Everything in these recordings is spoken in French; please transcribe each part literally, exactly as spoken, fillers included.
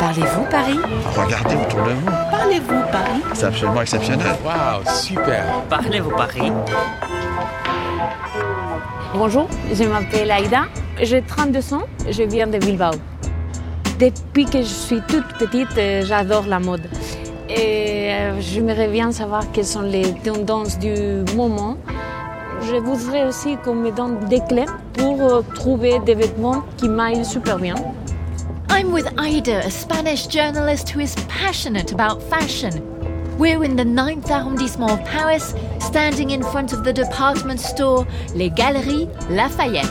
Parlez-vous Paris? Regardez autour de vous. Parlez-vous Paris? C'est absolument exceptionnel. Waouh, super. Parlez-vous Paris? Bonjour, je m'appelle Aïda, j'ai trente-deux ans, je viens de Bilbao. Depuis que je suis toute petite, j'adore la mode. Et j'aimerais bien savoir quelles sont les tendances du moment. Je voudrais aussi qu'on me donne des clés pour trouver des vêtements qui m'aillent super bien. I'm with Aida, a Spanish journalist who is passionate about fashion. We're in the ninth arrondissement of Paris, standing in front of the department store Les Galeries Lafayette.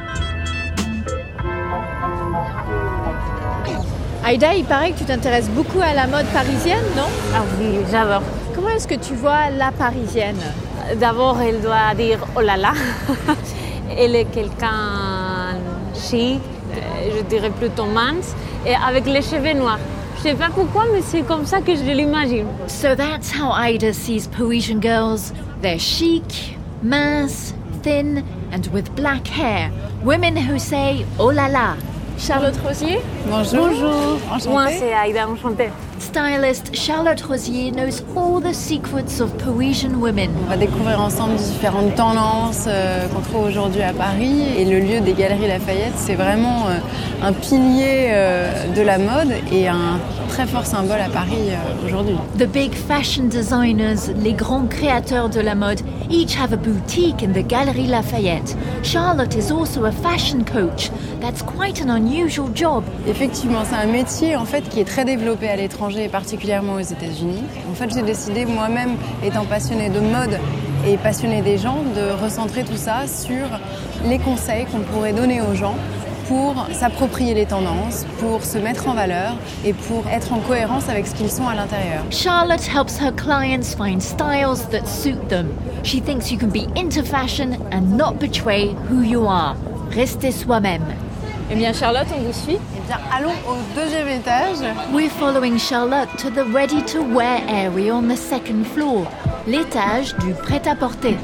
Aïda, il paraît que tu t'intéresses beaucoup à la mode parisienne, non? Ah oui, j'adore. Comment est-ce que tu vois la parisienne? D'abord, elle doit dire oh là là. Elle est quelqu'un chic, je dirais plutôt mince, et avec les cheveux noirs. Je ne sais pas pourquoi, mais c'est comme ça que je l'imagine. So that's how Aida sees Parisian girls. They're chic, mince, thin, and with black hair. Women who say oh là là. Charlotte Rosier? Bonjour. Bonjour. Enchantée. Moi, c'est Aïda, enchantée. Stylist Charlotte Rosier knows all the secrets of Parisian women. On va découvrir ensemble différentes tendances euh, qu'on trouve aujourd'hui à Paris. Et le lieu des Galeries Lafayette, c'est vraiment euh, un pilier euh, de la mode et un très fort symbole à Paris euh, aujourd'hui. The big fashion designers, les grands créateurs de la mode, each have a boutique in the Galeries Lafayette. Charlotte is also a fashion coach. That's quite an unusual job. Effectivement, c'est un métier en fait qui est très développé à l'étranger, et particulièrement aux États-Unis. En fait, j'ai décidé moi-même, étant passionnée de mode et passionnée des gens, de recentrer tout ça sur les conseils qu'on pourrait donner aux gens pour s'approprier les tendances, pour se mettre en valeur et pour être en cohérence avec ce qu'ils sont à l'intérieur. Charlotte helps her clients find styles that suit them. She thinks you can be into fashion and not betray who you are. Restez soi-même. Eh bien Charlotte, on vous suit. Eh bien, allons au deuxième étage. We're following Charlotte to the ready-to-wear area on the second floor, l'étage du prêt-à-porter.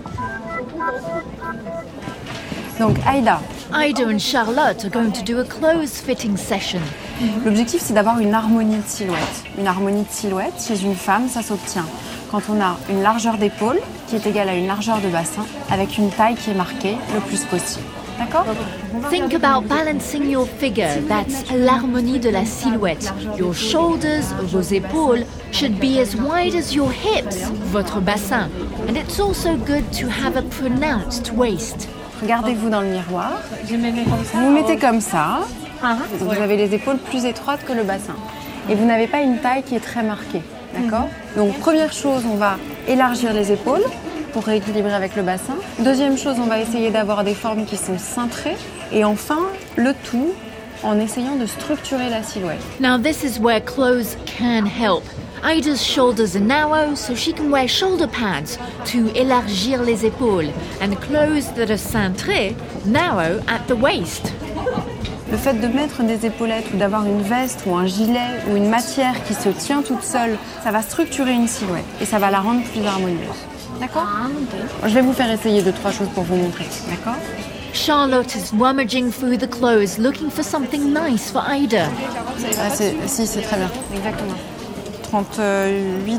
Donc Aïda. Aida and Charlotte are going to do a clothes fitting session. L'objectif, c'est d'avoir une harmonie de silhouette. Une harmonie de silhouette, chez une femme, ça s'obtient quand on a une largeur d'épaule qui est égale à une largeur de bassin avec une taille qui est marquée le plus possible. D'accord? Think about balancing your figure. That's l'harmonie de la silhouette. Your shoulders, vos épaules, should be as wide as your hips, votre bassin. And it's also good to have a pronounced waist. Regardez-vous dans le miroir. Vous vous mettez comme ça. Vous avez les épaules plus étroites que le bassin. Et vous n'avez pas une taille qui est très marquée. D'accord? Donc, première chose, on va élargir les épaules pour rééquilibrer avec le bassin. Deuxième chose, on va essayer d'avoir des formes qui sont cintrées. Et enfin, le tout en essayant de structurer la silhouette. Now this is where clothes can help. Aida's shoulders are narrow, so she can wear shoulder pads to élargir les épaules, and clothes that are cintrées, narrow at the waist. Le fait de mettre des épaulettes ou d'avoir une veste ou un gilet ou une matière qui se tient toute seule, ça va structurer une silhouette et ça va la rendre plus harmonieuse. D'accord? Je vais vous faire essayer deux, trois choses pour vous montrer. D'accord? Charlotte is rummaging through the clothes, looking for something nice for Aida. Ah, c'est, si, c'est très bien. Exactement. trente-huit.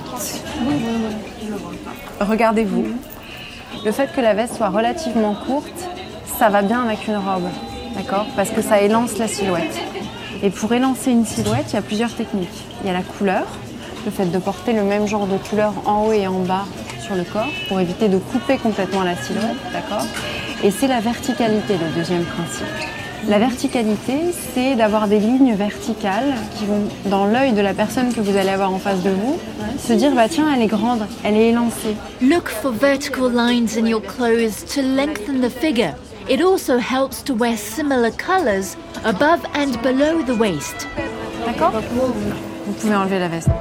Regardez-vous. Le fait que la veste soit relativement courte, ça va bien avec une robe. D'accord? Parce que ça élance la silhouette. Et pour élancer une silhouette, il y a plusieurs techniques. Il y a la couleur, le fait de porter le même genre de couleur en haut et en bas sur le corps pour éviter de couper complètement la silhouette. D'accord? Et c'est la verticalité, le deuxième principe. La verticalité, c'est d'avoir des lignes verticales qui vont dans l'œil de la personne que vous allez avoir en face de vous, se dire bah tiens, elle est grande, elle est élancée. Look for vertical lines in your clothes to lengthen the figure. It also helps to wear similar colors above and below the waist. D'accord? Vous pouvez enlever la veste.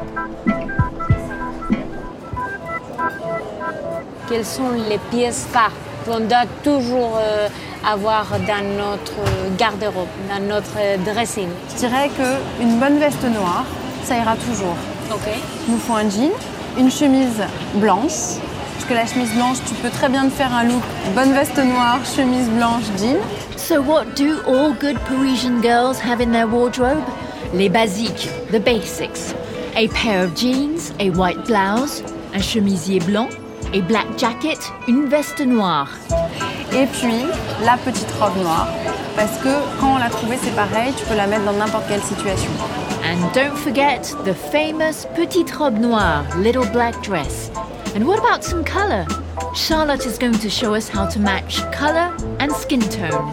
Quelles sont les pièces phares qu'on doit toujours euh, avoir dans notre garde-robe, dans notre dressing? Je dirais qu'une bonne veste noire, ça ira toujours. Ok. Il nous faut un jean, une chemise blanche. Parce que la chemise blanche, tu peux très bien te faire un look bonne veste noire, chemise blanche, jean. So what do all good Parisian girls have in their wardrobe? Les basiques, the basics. A pair of jeans, a white blouse, un chemisier blanc, a black jacket, une veste noire. Et puis, la petite robe noire, parce que quand on l'a trouvée, c'est pareil, tu peux la mettre dans n'importe quelle situation. And don't forget the famous petite robe noire, little black dress. And what about some color? Charlotte is going to show us how to match color and skin tone.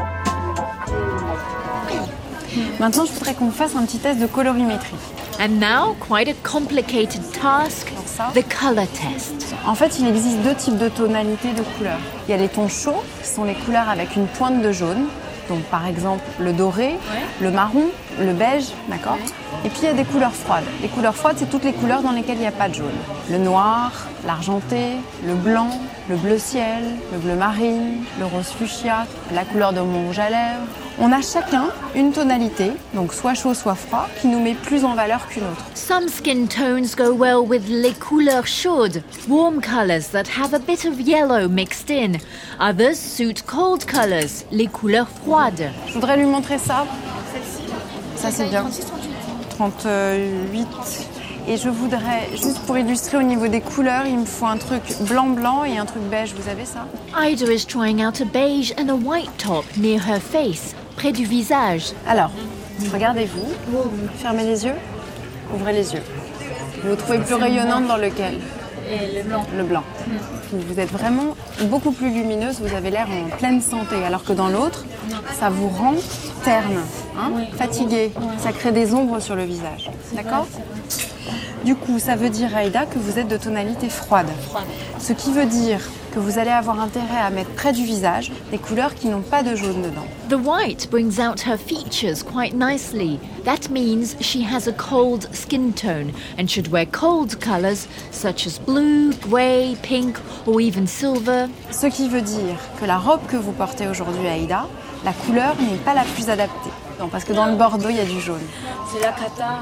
Maintenant, je voudrais qu'on fasse un petit test de colorimétrie. And now, quite a complicated task, the color test. En fait, il existe deux types de tonalités de couleurs. Il y a les tons chauds, qui sont les couleurs avec une pointe de jaune. Donc par exemple le doré, ouais. le marron, le beige, d'accord ouais. Et puis il y a des couleurs froides. Les couleurs froides, c'est toutes les couleurs dans lesquelles il n'y a pas de jaune. Le noir, l'argenté, le blanc, le bleu ciel, le bleu marine, le rose fuchsia, la couleur de mon rouge à lèvres. On a chacun une tonalité, donc soit chaud, soit froid, qui nous met plus en valeur qu'une autre. Some skin tones go well with les couleurs chaudes, warm colors that have a bit of yellow mixed in. Others suit cold colors, les couleurs froides. Je voudrais lui montrer ça. Ça c'est bien. trente-huit. Et je voudrais, juste pour illustrer au niveau des couleurs, il me faut un truc blanc-blanc et un truc beige. Vous avez ça? Ida is trying out a beige and a white top near her face, près du visage. Alors, regardez-vous, fermez les yeux, ouvrez les yeux. Vous vous trouvez plus rayonnante dans lequel? Et le blanc. Le blanc. Vous êtes vraiment beaucoup plus lumineuse, vous avez l'air en pleine santé, alors que dans l'autre, ça vous rend terne, hein, oui. fatiguée. Oui. Ça crée des ombres sur le visage. D'accord? Du coup, ça veut dire, Aïda, que vous êtes de tonalité froide. Froide. Ce qui veut dire que vous allez avoir intérêt à mettre près du visage des couleurs qui n'ont pas de jaune dedans. The white brings out her features quite nicely. That means she has a cold skin tone and should wear cold colors such as blue, grey, pink or even silver. Ce qui veut dire que la robe que vous portez aujourd'hui, Aïda, la couleur n'est pas la plus adaptée. Non, parce que dans le bordeaux, il y a du jaune. C'est la cata.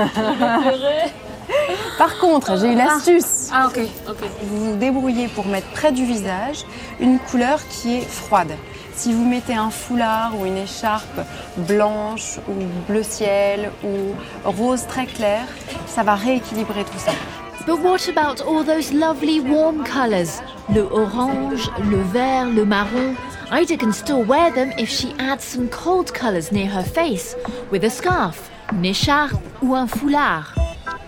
Par contre, j'ai une astuce. Ah, ok, ok. Vous vous débrouillez pour mettre près du visage une couleur qui est froide. Si vous mettez un foulard ou une écharpe blanche ou bleu ciel ou rose très clair, ça va rééquilibrer tout ça. But what about all those lovely warm colors? Le orange, le vert, le marron. Ida can still wear them if she adds some cold colors near her face with a scarf, une écharpe ou un foulard.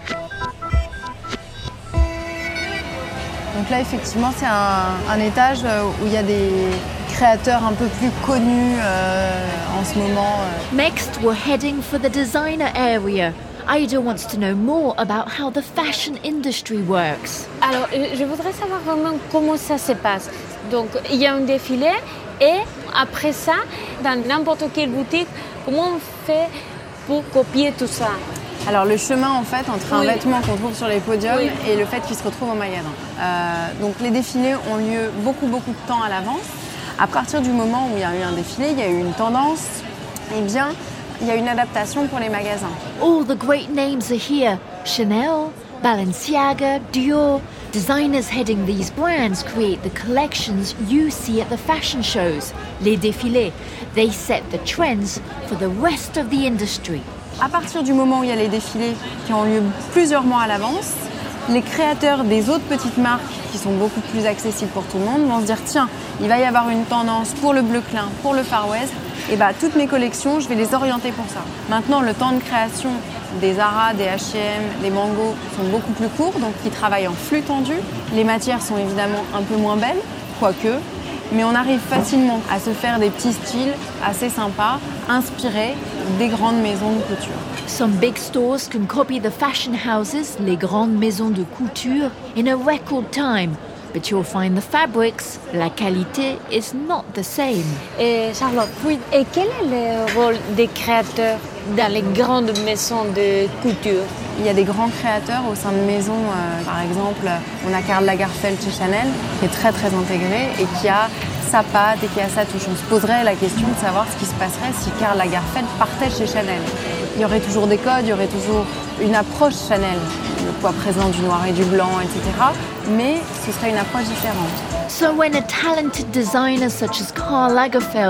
Donc là, effectivement, c'est un, un étage où il y a des créateurs un peu plus connus euh, en ce moment. Next, we're heading for the designer area. Ida wants to know more about how the fashion industry works. Alors, je voudrais savoir vraiment comment ça se passe. Donc, il y a un défilé et après ça, dans n'importe quelle boutique, comment on fait pour copier tout ça? Alors le chemin en fait entre un oui. vêtement qu'on trouve sur les podiums oui. et le fait qu'il se retrouve au magasin. Euh, donc les défilés ont lieu beaucoup beaucoup de temps à l'avance. À partir du moment où il y a eu un défilé, il y a eu une tendance, eh bien il y a une adaptation pour les magasins. All the great names are here. Chanel, Balenciaga, Dior. Designers heading these brands create the collections you see at the fashion shows. Les défilés, they set the trends for the rest of the industry. À partir du moment où il y a les défilés qui ont lieu plusieurs mois à l'avance, les créateurs des autres petites marques qui sont beaucoup plus accessibles pour tout le monde vont se dire tiens, il va y avoir une tendance pour le bleu clin, pour le Far West, et bah toutes mes collections, je vais les orienter pour ça. Maintenant, le temps de création des Zara, des H et M, des Mango sont beaucoup plus courts, donc ils travaillent en flux tendu. Les matières sont évidemment un peu moins belles, quoique, mais on arrive facilement à se faire des petits styles assez sympas, inspirés des grandes maisons de couture. Some big stores can copy the fashion houses, les grandes maisons de couture, in a record time. But you'll find the fabrics, la qualité is not the same. Et Charlotte, oui. Et quel est le rôle des créateurs dans les grandes maisons de couture? Il y a des grands créateurs au sein de maisons, euh, par exemple, on a Karl Lagerfeld chez Chanel, qui est très très intégré et qui a sa patte et qui a sa touche. On se poserait la question de savoir ce qui se passerait si Karl Lagerfeld partait chez Chanel. Il y aurait toujours des codes, il y aurait toujours une approche Chanel, le poids présent du noir et du blanc, et cetera. Mais ce serait une approche différente. So when a talented designer such as Karl Lagerfeld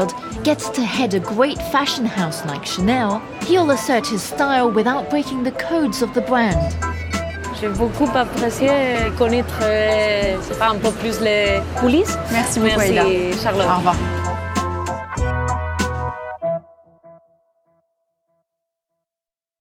gets to head a great fashion house like Chanel, he'll assert his style without breaking the codes of the brand. J'ai beaucoup apprécié connaître euh, c'est pas, un peu plus les coulisses. Merci beaucoup, Merci, Aïda. Charlotte. Au revoir.